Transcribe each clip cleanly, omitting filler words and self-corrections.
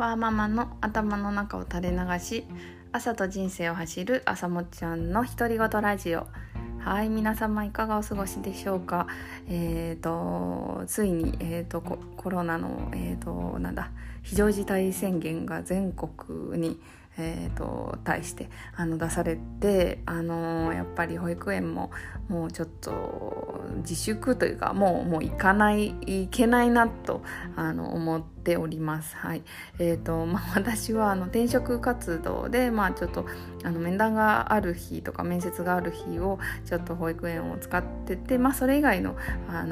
ワーママの頭の中を垂れ流し、朝と人生を走る朝もちゃんの独り言ラジオ。はい、皆様いかがお過ごしでしょうか。ついに、コロナの、非常事態宣言が全国に対して出されて、やっぱり保育園ももうちょっと自粛というかもう行けないなと思っております。はい。私は転職活動でちょっと面談がある日とか面接がある日をちょっと保育園を使ってて、それ以外の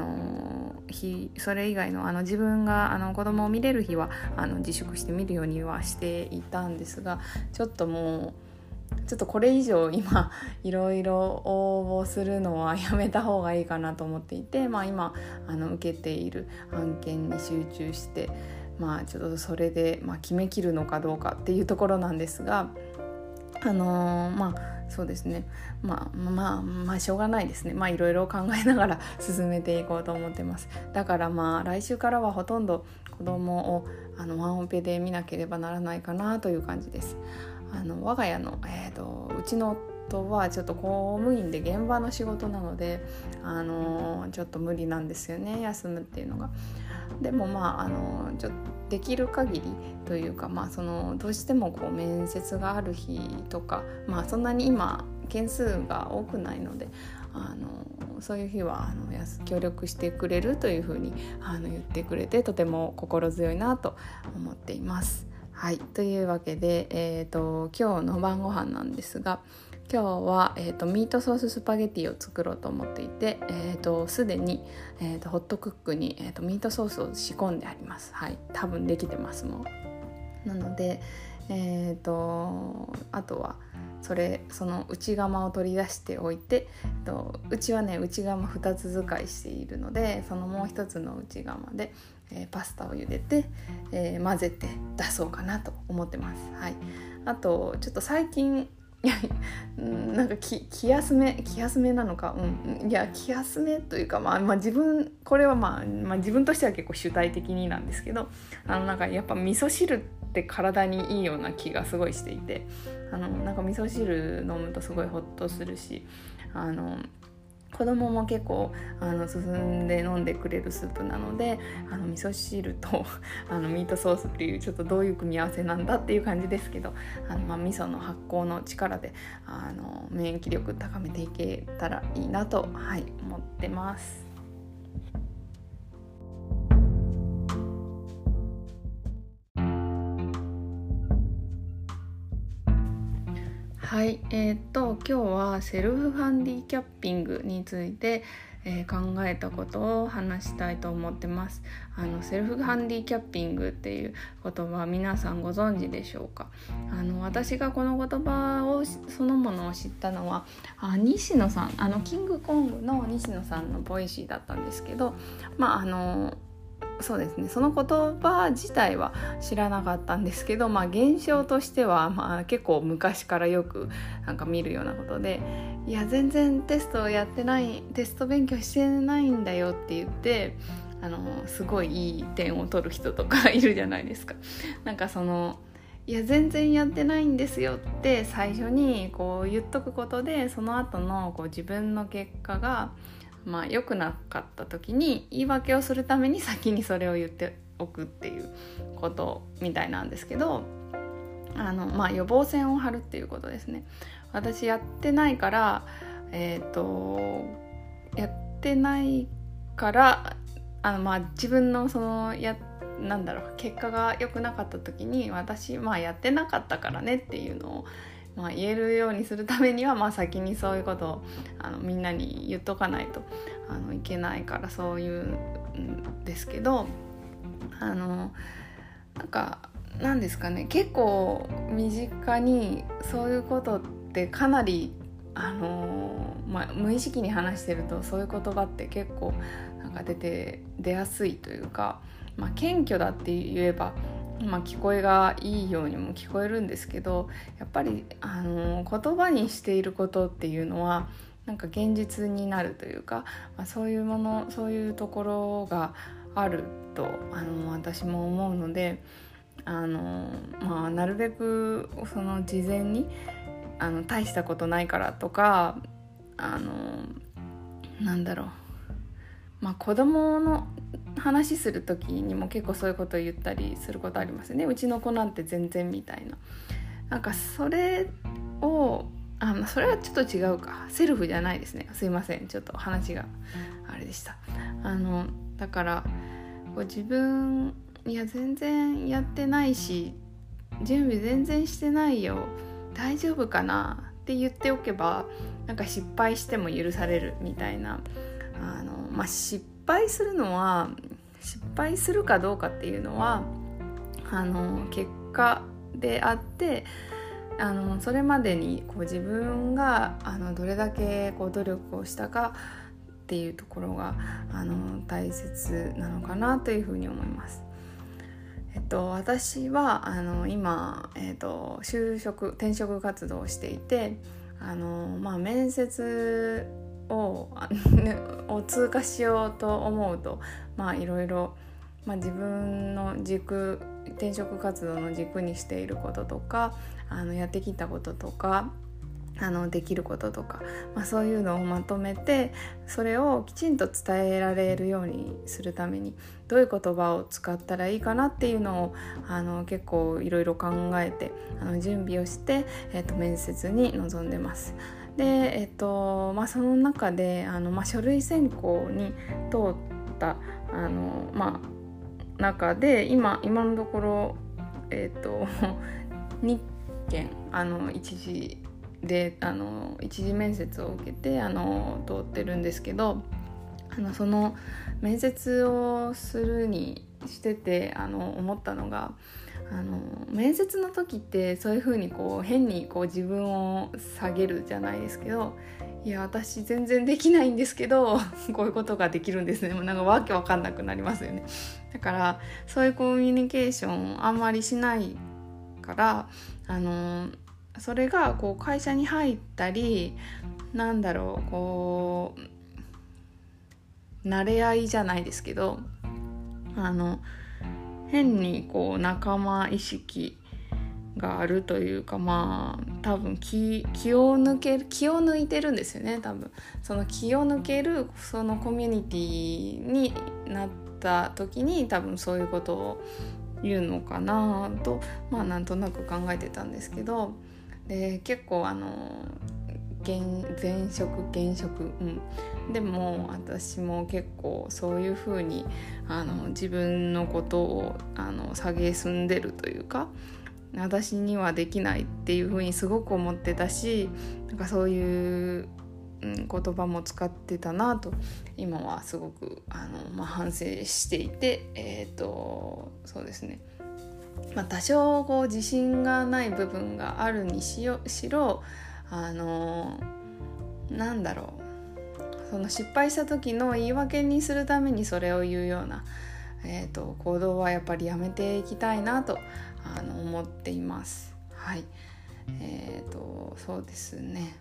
自分が子供を見れる日は自粛して見るようにはしていたんですが、ちょっとこれ以上今いろいろ応募するのはやめた方がいいかなと思っていて、今受けている案件に集中してちょっとそれで決めきるのかどうかっていうところなんですが、そうですね、しょうがないですね。いろいろ考えながら進めていこうと思ってます。だから来週からはほとんど子供をワンオペで見なければならないかなという感じです。我が家の、うちの夫はちょっと公務員で現場の仕事なのでちょっと無理なんですよね、休むっていうのが。でもちょっとできる限りというか、どうしても面接がある日とか、そんなに今件数が多くないのでそういう日は協力してくれるというふうに言ってくれて、とても心強いなと思っています。はい、というわけで、今日の晩ご飯なんですが、今日は、ミートソーススパゲティを作ろうと思っていて、すでに、ホットクックに、ミートソースを仕込んであります。はい、多分できてますもん。なので、あとはその内釜を取り出しておいて、うちはね内釜2つ使いしているので、そのもう一つの内釜で、パスタを茹でて、混ぜて出そうかなと思ってます。はい。あとちょっと最近なんか気休めなのか、気休めというか、これは自分としては結構主体的になんですけど、やっぱ味噌汁って体にいいような気がすごいしていて、味噌汁飲むとすごいホッとするし、子供も結構進んで飲んでくれるスープなので、味噌汁とミートソースっていうちょっとどういう組み合わせなんだっていう感じですけど、味噌の発酵の力で免疫力高めていけたらいいなと、思ってます。はい、今日はセルフハンディキャッピングについて、考えたことを話したいと思ってます。セルフハンディキャッピングっていう言葉、皆さんご存知でしょうか。私がこの言葉をそのものを知ったのは西野さん、キングコングの西野さんのボイシーだったんですけど、そうですね、その言葉自体は知らなかったんですけど、現象としては、結構昔からよく見るようなことで、いや全然テスト勉強してないんだよって言ってすごいいい点を取る人とかいるじゃないですか。いや全然やってないんですよって最初に言っとくことで、その後の自分の結果が良くなかった時に言い訳をするために先にそれを言っておくっていうことみたいなんですけど、予防線を張るっていうことですね。私やってないから自分の結果が良くなかった時に私やってなかったからねっていうのを言えるようにするためには、先にそういうことをみんなに言っとかないといけないから、そういうんですけど、なんですかね、結構身近にそういうことってかなり無意識に話してると、そういう言葉って結構出やすいというか、謙虚だって言えば聞こえがいいようにも聞こえるんですけど、やっぱり言葉にしていることっていうのは現実になるというか、そういうところがあると私も思うので、 なるべくその事前に大したことないからとか子供の話する時にも結構そういうことを言ったりすることありますね。うちの子なんて全然みたいな、それをそれはちょっと違うか、セルフじゃないですね。すいません、ちょっと話があれでした。だから自分全然やってないし、準備全然してないよ、大丈夫かなって言っておけば失敗しても許されるみたいな、失敗するかどうかっていうのは結果であって、それまでに自分がどれだけ努力をしたかっていうところが大切なのかなというふうに思います。私は今、転職活動をしていて、面接を通過しようと思うといろいろ、自分の転職活動の軸にしていることとかやってきたこととかできることとか、そういうのをまとめて、それをきちんと伝えられるようにするためにどういう言葉を使ったらいいかなっていうのを結構いろいろ考えて準備をして、面接に臨んでます。で、その中で書類選考に通った中で今のところ2件一次面接を受けて通ってるんですけど、その面接をするにしてて思ったのが面接の時ってそういう風に変に自分を下げるじゃないですけど、いや私全然できないんですけどこういうことができるんですね。もうわけわかんなくなりますよね。だからそういうコミュニケーションをあんまりしないからそれが会社に入ったり慣れ合いじゃないですけど変に仲間意識があるというか、多分気を抜いてるんですよね。多分その気を抜けるそのコミュニティになった時に多分そういうことを言うのかなとなんとなく考えてたんですけど、で結構前職現職、でも私も結構そういう風に自分のことを下げすんでるというか、私にはできないっていう風にすごく思ってたし、そういう言葉も使ってたなと今はすごく反省していて、そうですね、多少自信がない部分があるにしろその失敗した時の言い訳にするためにそれを言うような、行動はやっぱりやめていきたいなと思っています。はい。そうですね。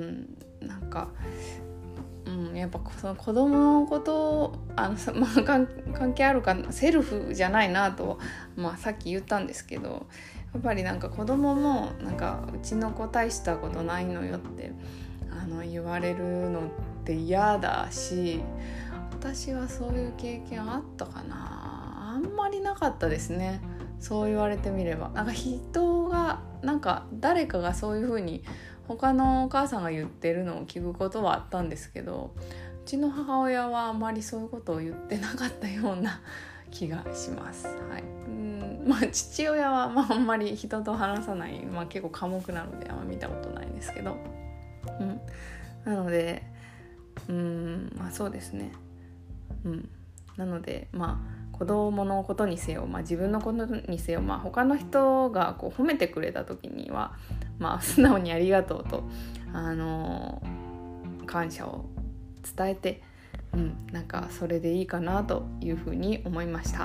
やっぱその子供のこと関係あるかな、セルフじゃないなと、さっき言ったんですけど、やっぱり子供もうちの子大したことないのよって言われるのって嫌だし、私はそういう経験あったかな、あんまりなかったですね。そう言われてみれば人が誰かがそういう風に他のお母さんが言ってるのを聞くことはあったんですけど、うちの母親はあまりそういうことを言ってなかったような気がします。はい。父親はあんまり人と話さない、結構寡黙なのであんま見たことないんですけど、なのでそうですね。なので子供のことにせよ、自分のことにせよ、他の人が褒めてくれた時には素直にありがとうと感謝を伝えて、それでいいかなというふうに思いました。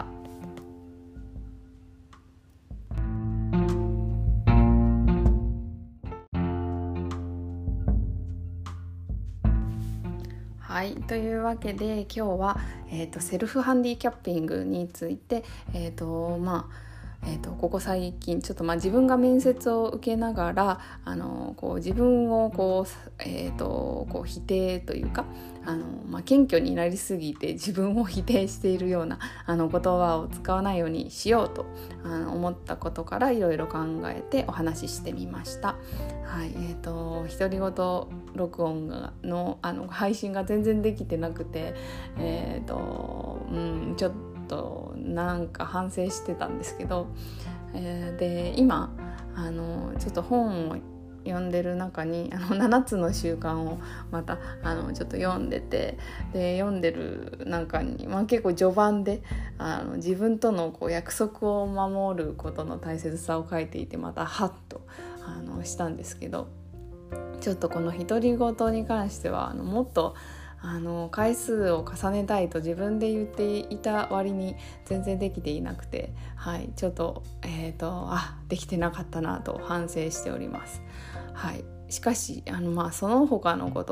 はい、というわけで今日は、セルフハンディキャッピングについて、 ここ最近ちょっと自分が面接を受けながら自分を否定というか謙虚になりすぎて自分を否定しているような言葉を使わないようにしようと思ったことからいろいろ考えてお話ししてみました。はい、独り言録音の配信が全然できてなくてちょっとなんか反省してたんですけど、で今ちょっと本を読んでる中に7つの習慣をまたちょっと読んでて、で読んでる中に、結構序盤で自分との約束を守ることの大切さを書いていて、またハッとしたんですけど、ちょっとこの独り言に関してはもっと回数を重ねたいと自分で言っていた割に全然できていなくて、ちょっとできてなかったなと反省しております。しかしその他のこと、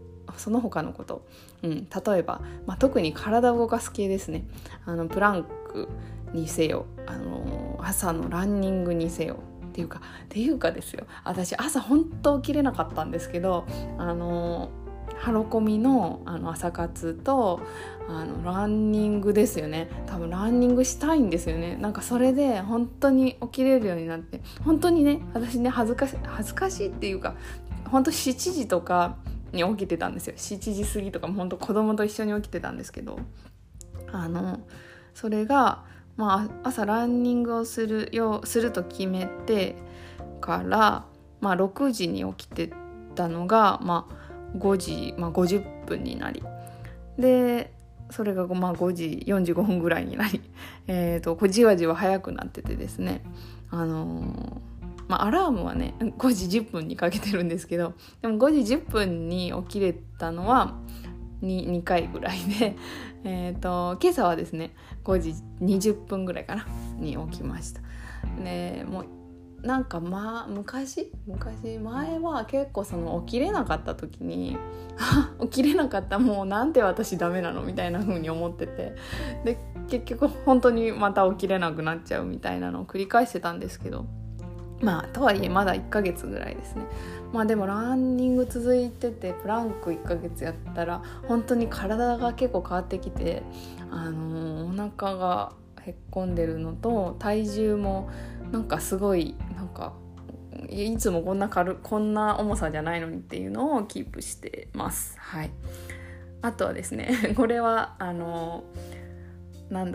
例えば、特に体を動かす系ですね。プランクにせよ朝のランニングにせよっていうかですよ、私朝本当起きれなかったんですけどハロコミの朝活とランニングですよね。多分ランニングしたいんですよね。なんかそれで本当に起きれるようになって、本当にね私ね恥ずかしいっていうか、本当7時とかに起きてたんですよ。7時過ぎとか本当子供と一緒に起きてたんですけど、それが朝ランニングをすると決めてから6時に起きてたのが5時、50分になり、でそれが5時45分ぐらいになり、じわじわ早くなっててですね、アラームはね5時10分にかけてるんですけど、でも5時10分に起きれたのは 2回ぐらいで、今朝はですね5時20分ぐらいかなに起きました。でもうなんか昔前は結構起きれなかった時に起きれなかった、もうなんて私ダメなのみたいな風に思ってて、で結局本当にまた起きれなくなっちゃうみたいなのを繰り返してたんですけど、とはいえまだ1ヶ月ぐらいですね。でもランニング続いててプランク1ヶ月やったら本当に体が結構変わってきて、お腹がへっこんでるのと体重もなんかすごいいつもこんな重さじゃないのにっていうのをキープしてます。あとはですねこれはなん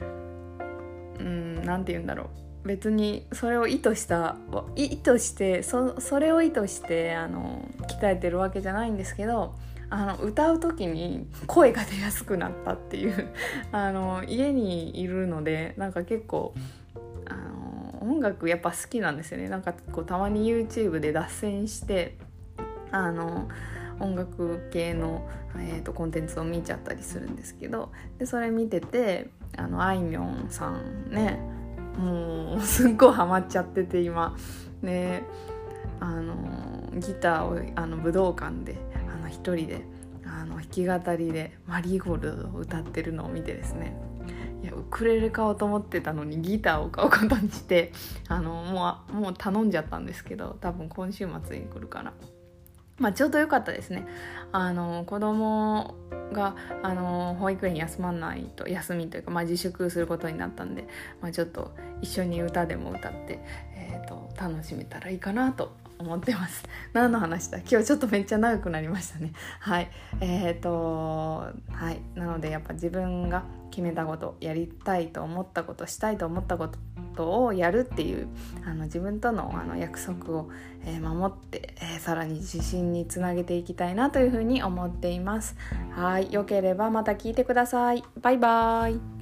て言うんだろう、別にそれを意図してそれを意図して鍛えてるわけじゃないんですけど、歌う時に声が出やすくなったっていう家にいるのでなんか結構音楽やっぱ好きなんですよね。なんかたまに YouTube で脱線して音楽系の、コンテンツを見ちゃったりするんですけど、でそれ見ててあいみょんさんね、もうすっごいハマっちゃってて今ね、ギターを武道館で一人で弾き語りでマリーゴールドを歌ってるのを見てですね、ウクレレ買おうと思ってたのにギターを買うことにしてもう頼んじゃったんですけど、多分今週末に来るかな。ちょうど良かったですね。子供が保育園休みというか、自粛することになったんで、ちょっと一緒に歌でも歌って、楽しめたらいいかなと思ってます。何の話だ、今日ちょっとめっちゃ長くなりましたね。なのでやっぱ自分が決めたこと、やりたいと思ったこと、したいと思ったことをやるっていう自分との約束を、守って、さらに自信につなげていきたいなというふうに思っています。よければまた聞いてください。バイバイ。